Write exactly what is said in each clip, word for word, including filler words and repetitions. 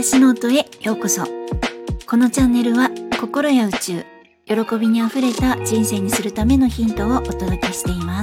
私の音へようこそ。このチャンネルは心や宇宙、喜びにあふれた人生にするためのヒントをお届けしています。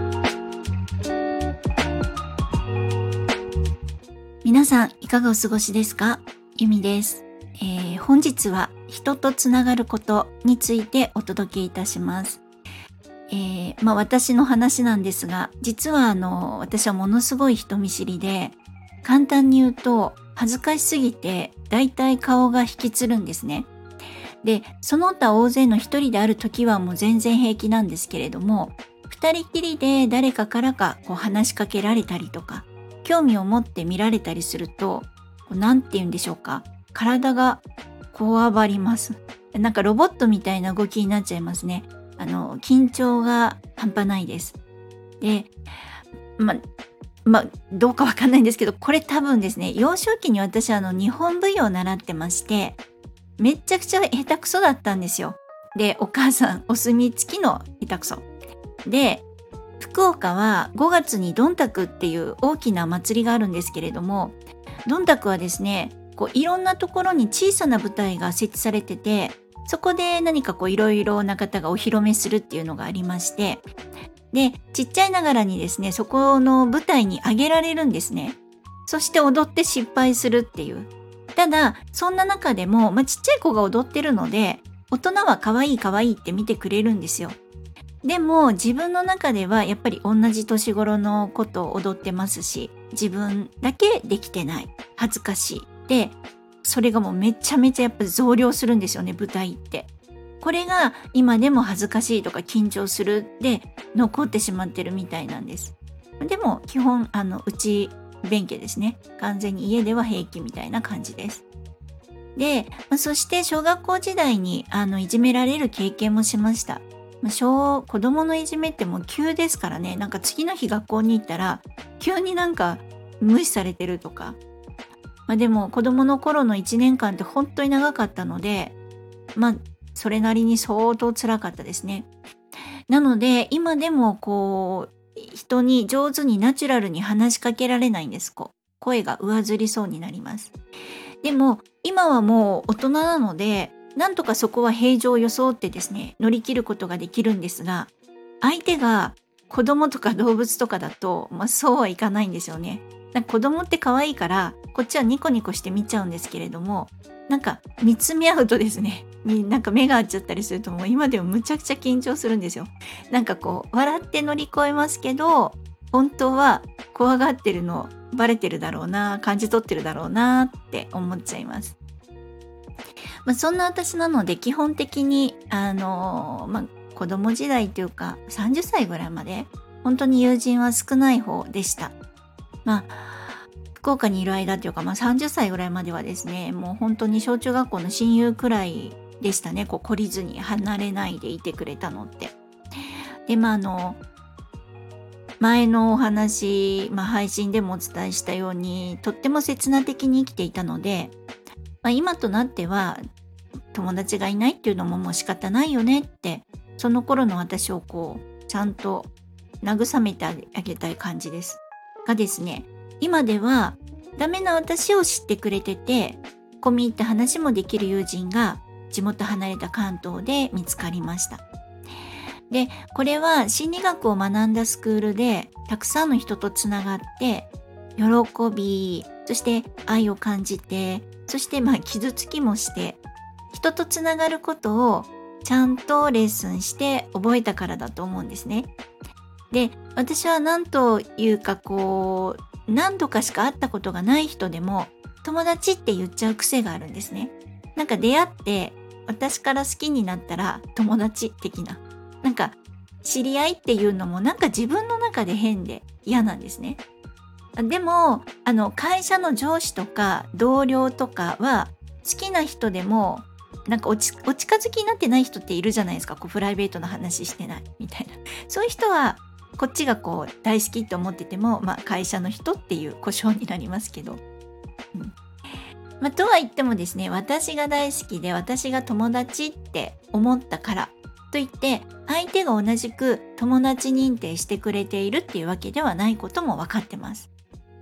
皆さんいかがお過ごしですか？ゆみです。えー、本日は人とつながることについてお届けいたします。えー、まあ私の話なんですが、実はあの私はものすごい人見知りで、簡単に言うと恥ずかしすぎてだいたい顔が引きつるんですね。で、その他大勢の一人である時はもう全然平気なんですけれども、二人きりで誰かからかこう話しかけられたりとか、興味を持って見られたりすると、なんて言うんでしょうか、体がこわばります。なんかロボットみたいな動きになっちゃいますね。あの緊張が半端ないです。で、ままあどうかわかんないんですけど、これ多分ですね、幼少期に私あの日本舞踊を習ってまして、めっちゃくちゃ下手くそだったんですよ。で、お母さんお墨付きの下手くそで、福岡はごがつにどんたくっていう大きな祭りがあるんですけれども、どんたくはですね、こういろんなところに小さな舞台が設置されてて、そこで何かこういろいろな方がお披露目するっていうのがありまして、で、ちっちゃいながらにですね、そこの舞台に上げられるんですね。そして踊って失敗するっていう。ただ、そんな中でも、まあ、ちっちゃい子が踊ってるので、大人は可愛い可愛いって見てくれるんですよ。でも、自分の中ではやっぱり同じ年頃のことを踊ってますし、自分だけできてない。恥ずかしい。で、それがもうめちゃめちゃやっぱり増量するんですよね、舞台って。これが今でも恥ずかしいとか緊張するで残ってしまってるみたいなんです。でも基本あの内弁慶ですね。完全に家では平気みたいな感じです。で、まあ、そして小学校時代にあのいじめられる経験もしました。まあ、小子供のいじめってもう急ですからね。なんか次の日学校に行ったら急になんか無視されてるとか。まあ、でも子供の頃のいちねんかんって本当に長かったので、まあそれなりに相当辛かったですね。なので今でもこう人に上手にナチュラルに話しかけられないんです。こう声が上ずりそうになります。でも今はもう大人なので、なんとかそこは平常を装ってですね、乗り切ることができるんですが、相手が子供とか動物とかだと、まあ、そうはいかないんですよね。なんか子供って可愛いからこっちはニコニコして見ちゃうんですけれども、なんか見つめ合うとですね、なんか目が合っちゃったりするともう今でもむちゃくちゃ緊張するんですよ。なんかこう笑って乗り越えますけど、本当は怖がってるのバレてるだろうな、感じ取ってるだろうなって思っちゃいます。まあ、そんな私なので基本的にあのー、まあ、子供時代というかさんじゅっさいぐらいまで本当に友人は少ない方でした。まあ福岡にいる間っていうか、まあ、さんじゅっさいぐらいまではですね、もう本当に小中学校の親友くらいでしたね。こう懲りずに離れないでいてくれたのって。で、まああの前のお話、まあ、配信でもお伝えしたようにとっても刹那的に生きていたので、まあ、今となっては友達がいないっていうのももう仕方ないよねって、その頃の私をこうちゃんと慰めてあげたい感じですがですね、今ではダメな私を知ってくれてて、込み入った話もできる友人が地元離れた関東で見つかりました。で、これは心理学を学んだスクールでたくさんの人とつながって、喜び、そして愛を感じて、そしてまあ傷つきもして、人とつながることをちゃんとレッスンして覚えたからだと思うんですね。で、私は何というかこう、何度かしか会ったことがない人でも友達って言っちゃう癖があるんですね。なんか出会って私から好きになったら友達的な。なんか知り合いっていうのもなんか自分の中で変で嫌なんですね。でもあの会社の上司とか同僚とかは好きな人でもなんかおちお近づきになってない人っているじゃないですか。こうプライベートな話してないみたいな。そういう人はこっちがこう大好きと思ってても、まあ、会社の人っていう呼称になりますけど、うん、まあ、とは言ってもですね、私が大好きで私が友達って思ったからといって相手が同じく友達認定してくれているっていうわけではないことも分かってます。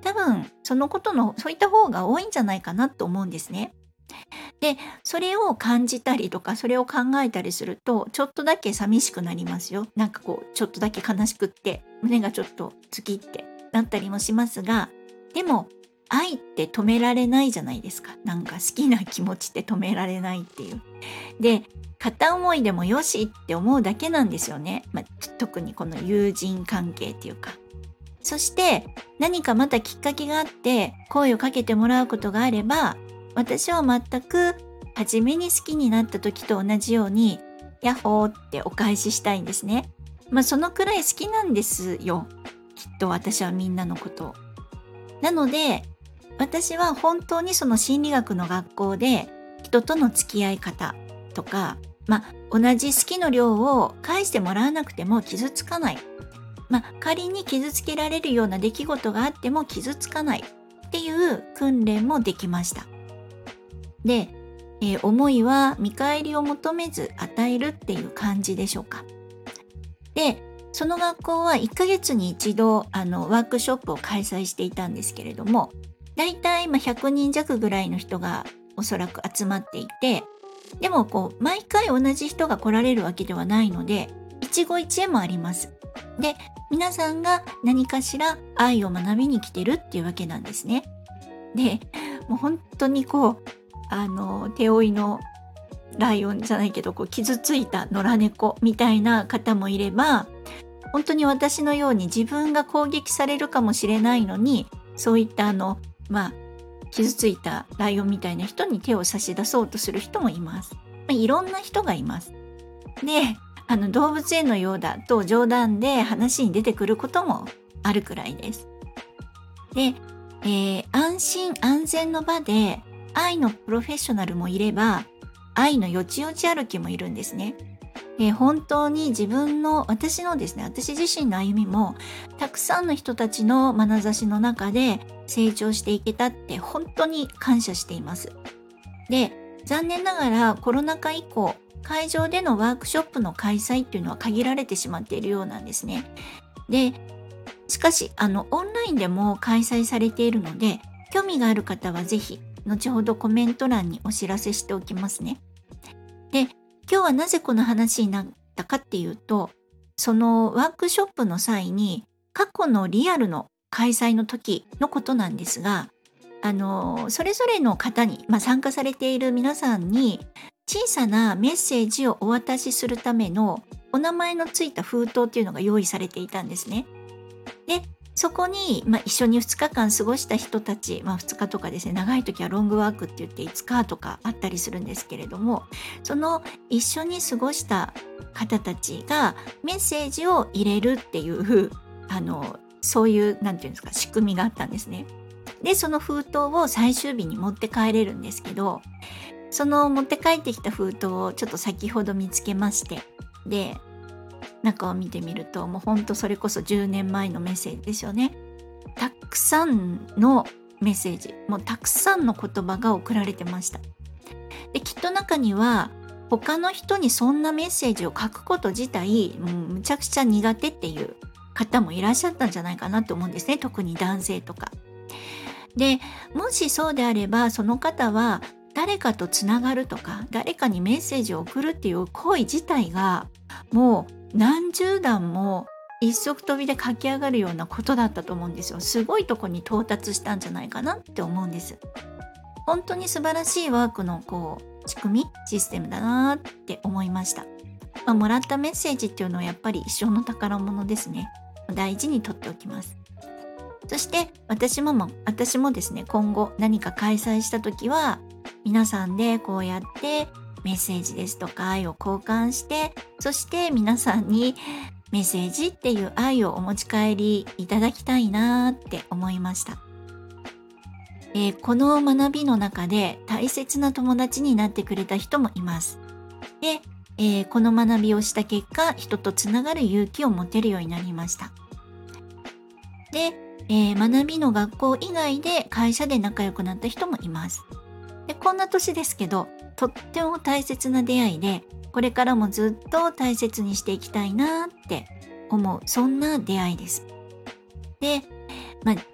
多分そのことのそういった方が多いんじゃないかなと思うんですね。で、それを感じたりとか、それを考えたりすると、ちょっとだけ寂しくなりますよ。なんかこう、ちょっとだけ悲しくって、胸がちょっとズキってなったりもしますが、でも、愛って止められないじゃないですか。なんか好きな気持ちって止められないっていう。で、片思いでもよしって思うだけなんですよね。まあ、特にこの友人関係っていうか。そして何かまたきっかけがあって声をかけてもらうことがあれば、私は全く初めに好きになった時と同じようにヤッホーってお返ししたいんですね。まあそのくらい好きなんですよ。きっと私はみんなのことを。なので私は本当にその心理学の学校で人との付き合い方とか、まあ同じ好きの量を返してもらわなくても傷つかない。まあ仮に傷つけられるような出来事があっても傷つかないっていう訓練もできました。で、えー思いは見返りを求めず与えるっていう感じでしょうか。で、その学校はいっかげつに一度あのワークショップを開催していたんですけれども、だいたい今ひゃくにん弱ぐらいの人がおそらく集まっていて、でもこう毎回同じ人が来られるわけではないので、一期一会もあります。で、皆さんが何かしら愛を学びに来てるっていうわけなんですね。で、もう本当にこうあの手負いのライオンじゃないけどこう傷ついた野良猫みたいな方もいれば、本当に私のように自分が攻撃されるかもしれないのに、そういったあのまあ傷ついたライオンみたいな人に手を差し出そうとする人もいます。まあ、いろんな人がいます。で、あの動物園のようだと冗談で話に出てくることもあるくらいです。で、えー安心安全の場で愛のプロフェッショナルもいれば、愛のよちよち歩きもいるんですね。えー本当に自分の私のですね私自身の歩みもたくさんの人たちの眼差しの中で成長していけたって本当に感謝しています。で、残念ながらコロナ禍以降会場でのワークショップの開催っていうのは限られてしまっているようなんですね。で、しかしあのオンラインでも開催されているので、興味がある方はぜひ後ほどコメント欄にお知らせしておきますね。で、今日はなぜこの話になったかっていうと、そのワークショップの際に過去のリアルの開催の時のことなんですが、あのそれぞれの方に、まあ、参加されている皆さんに小さなメッセージをお渡しするためのお名前のついた封筒っていうのが用意されていたんですね。で、そこに、まあ、一緒にふつかかん過ごした人たち、まあ、ふつかとかですね、長い時はロングワークって言っていつかとかあったりするんですけれども、その一緒に過ごした方たちがメッセージを入れるっていうあのそういうなんていうんですか仕組みがあったんですね。で、その封筒を最終日に持って帰れるんですけど、その持って帰ってきた封筒をちょっと先ほど見つけまして、で中を見てみると、もうほんとそれこそじゅうねんまえのメッセージですよね。たくさんのメッセージ、もうたくさんの言葉が送られてました。で、きっと中には他の人にそんなメッセージを書くこと自体、もうむちゃくちゃ苦手っていう方もいらっしゃったんじゃないかなと思うんですね。特に男性とか。で、もしそうであれば、その方は誰かとつながるとか、誰かにメッセージを送るっていう行為自体が、もう何十段も一足飛びで駆け上がるようなことだったと思うんですよ。すごいとこに到達したんじゃないかなって思うんです。本当に素晴らしいワークのこう仕組み、システムだなって思いました。まあ、もらったメッセージっていうのはやっぱり一生の宝物ですね。大事にとっておきます。そして私もも私もですね、今後何か開催した時は皆さんでこうやってメッセージですとか愛を交換して、そして皆さんにメッセージっていう愛をお持ち帰りいただきたいなって思いました。えーこの学びの中で大切な友達になってくれた人もいます。で、えーこの学びをした結果、人とつながる勇気を持てるようになりました。で、えー学びの学校以外で会社で仲良くなった人もいます。で、こんな年ですけど、とっても大切な出会いで、これからもずっと大切にしていきたいなって思う、そんな出会いです。で、まあ、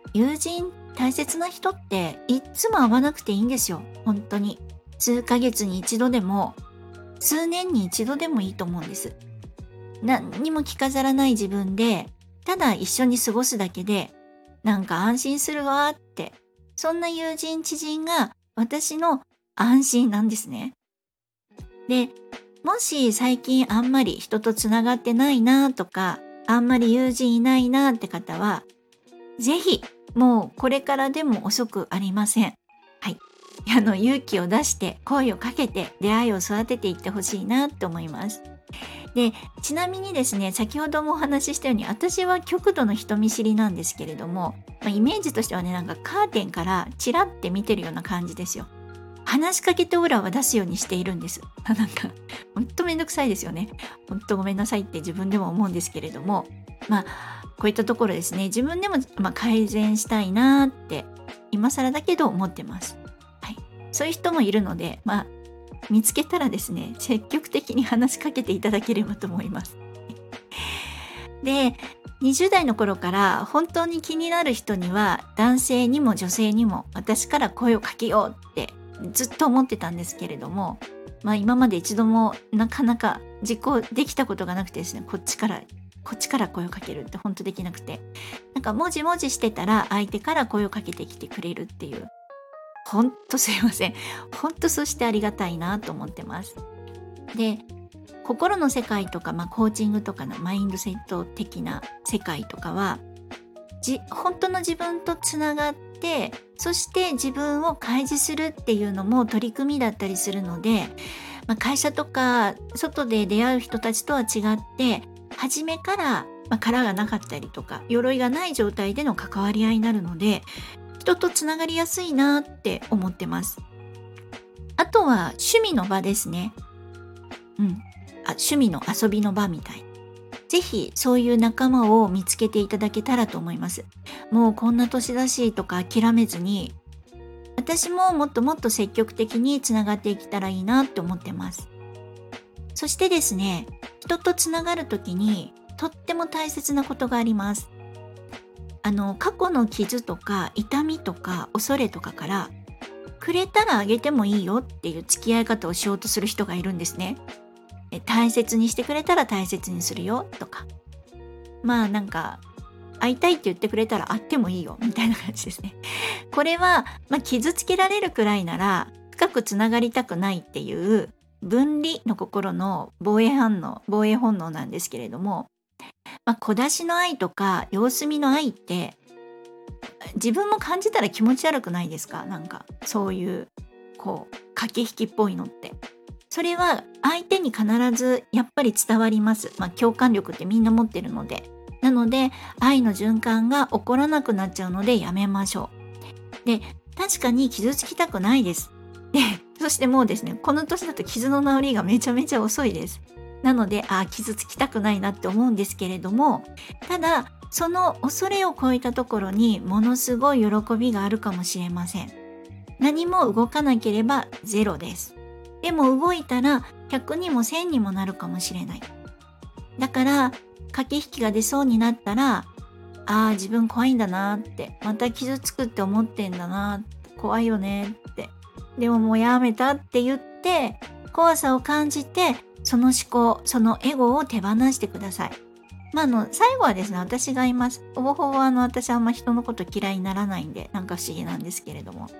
友人、大切な人っていっつも会わなくていいんですよ。本当に。数ヶ月に一度でも、数年に一度でもいいと思うんです。何にも着飾らない自分で、ただ一緒に過ごすだけで、なんか安心するわって、そんな友人、知人が私の安心なんですね。で、もし最近あんまり人とつながってないなとか、あんまり友人いないなって方は、ぜひ、もうこれからでも遅くありません。はい。あの、勇気を出して声をかけて出会いを育てていってほしいなって思います。で、ちなみにですね、先ほどもお話ししたように、私は極度の人見知りなんですけれども、まあ、イメージとしてはね、なんかカーテンからチラって見てるような感じですよ。話しかけてオーラは出すようにしているんです。なんか、ほんとめんどくさいですよね。ほんとごめんなさいって自分でも思うんですけれども、まあ、こういったところですね、自分でも、まあ、改善したいなって、今更だけど思ってます。はい。そういう人もいるので、まあ、見つけたらですね、積極的に話しかけていただければと思います。で、にじゅう代の頃から本当に気になる人には男性にも女性にも私から声をかけようってずっと思ってたんですけれども、まあ今まで一度もなかなか実行できたことがなくてですね、こっちからこっちから声をかけるって本当できなくて、なんかもじもじしてたら相手から声をかけてきてくれるっていう、ほんとすいません。ほんとそしてありがたいなと思ってます。で、心の世界とか、まあ、コーチングとかのマインドセット的な世界とかは、じ本当の自分とつながって、そして自分を開示するっていうのも取り組みだったりするので、まあ、会社とか外で出会う人たちとは違って、初めから、まあ、殻がなかったりとか、鎧がない状態での関わり合いになるので、人とつながりやすいなって思ってます。あとは趣味の場ですね。うん。あ、趣味の遊びの場みたい。ぜひそういう仲間を見つけていただけたらと思います。もうこんな年だしとか諦めずに、私ももっともっと積極的につながっていけたらいいなって思ってます。そしてですね、人とつながるときにとっても大切なことがあります。あの、過去の傷とか痛みとか恐れとかから、くれたらあげてもいいよっていう付き合い方をしようとする人がいるんですね。大切にしてくれたら大切にするよとか、まあなんか会いたいって言ってくれたら会ってもいいよみたいな感じですね。これは、まあ、傷つけられるくらいなら深くつながりたくないっていう分離の心の防衛反応防衛本能なんですけれども、まあ、小出しの愛とか様子見の愛って自分も感じたら気持ち悪くないですか？なんかそういうこう駆け引きっぽいのって。それは相手に必ずやっぱり伝わります。まあ、共感力ってみんな持ってるので。なので愛の循環が起こらなくなっちゃうのでやめましょう。で、確かに傷つきたくないです。で、そしてもうですね、この年だと傷の治りがめちゃめちゃ遅いです。なので、あ、傷つきたくないなって思うんですけれども、ただ、その恐れを超えたところにものすごい喜びがあるかもしれません。何も動かなければゼロです。でも動いたらひゃくにもせんにもなるかもしれない。だから駆け引きが出そうになったら、ああ自分怖いんだなって、また傷つくって思ってんだな、怖いよねって、でももうやめたって言って怖さを感じて、その思考、そのエゴを手放してください。まあ、あの最後はですね、私がいます。ほぼほぼあの私はあんま人のこと嫌いにならないんで、なんか不思議なんですけれども、はい。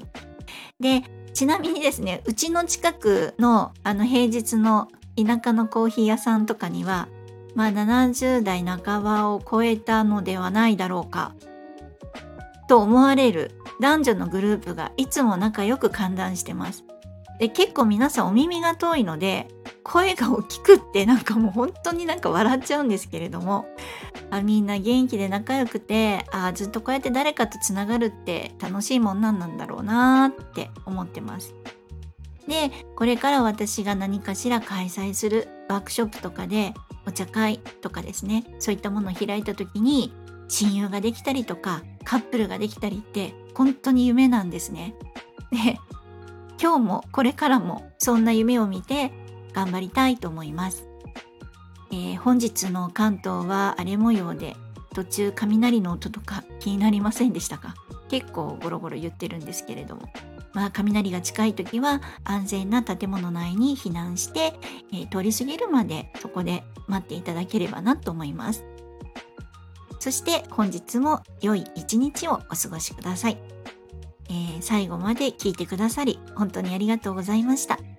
で、ちなみにですね、うちの近くのあの平日の田舎のコーヒー屋さんとかには、まあななじゅう代半ばを超えたのではないだろうかと思われる男女のグループがいつも仲良く歓談してます。で、結構皆さんお耳が遠いので声が大きくってなんかもう本当になんか笑っちゃうんですけれども、あ、みんな元気で仲良くて、あ、ずっとこうやって誰かとつながるって楽しいもんなんなんだろうなって思ってます。で、これから私が何かしら開催するワークショップとかでお茶会とかですね、そういったものを開いた時に親友ができたりとかカップルができたりって本当に夢なんですね。で、今日もこれからもそんな夢を見て頑張りたいと思います。えー、本日の関東は荒れ模様で、 途中雷の音とか気になりませんでしたか？結構ゴロゴロ言ってるんですけれども、まあ雷が近い時は安全な建物内に避難して、えー通り過ぎるまでそこで待っていただければなと思います。そして本日も良い一日をお過ごしください。えー最後まで聞いてくださり本当にありがとうございました。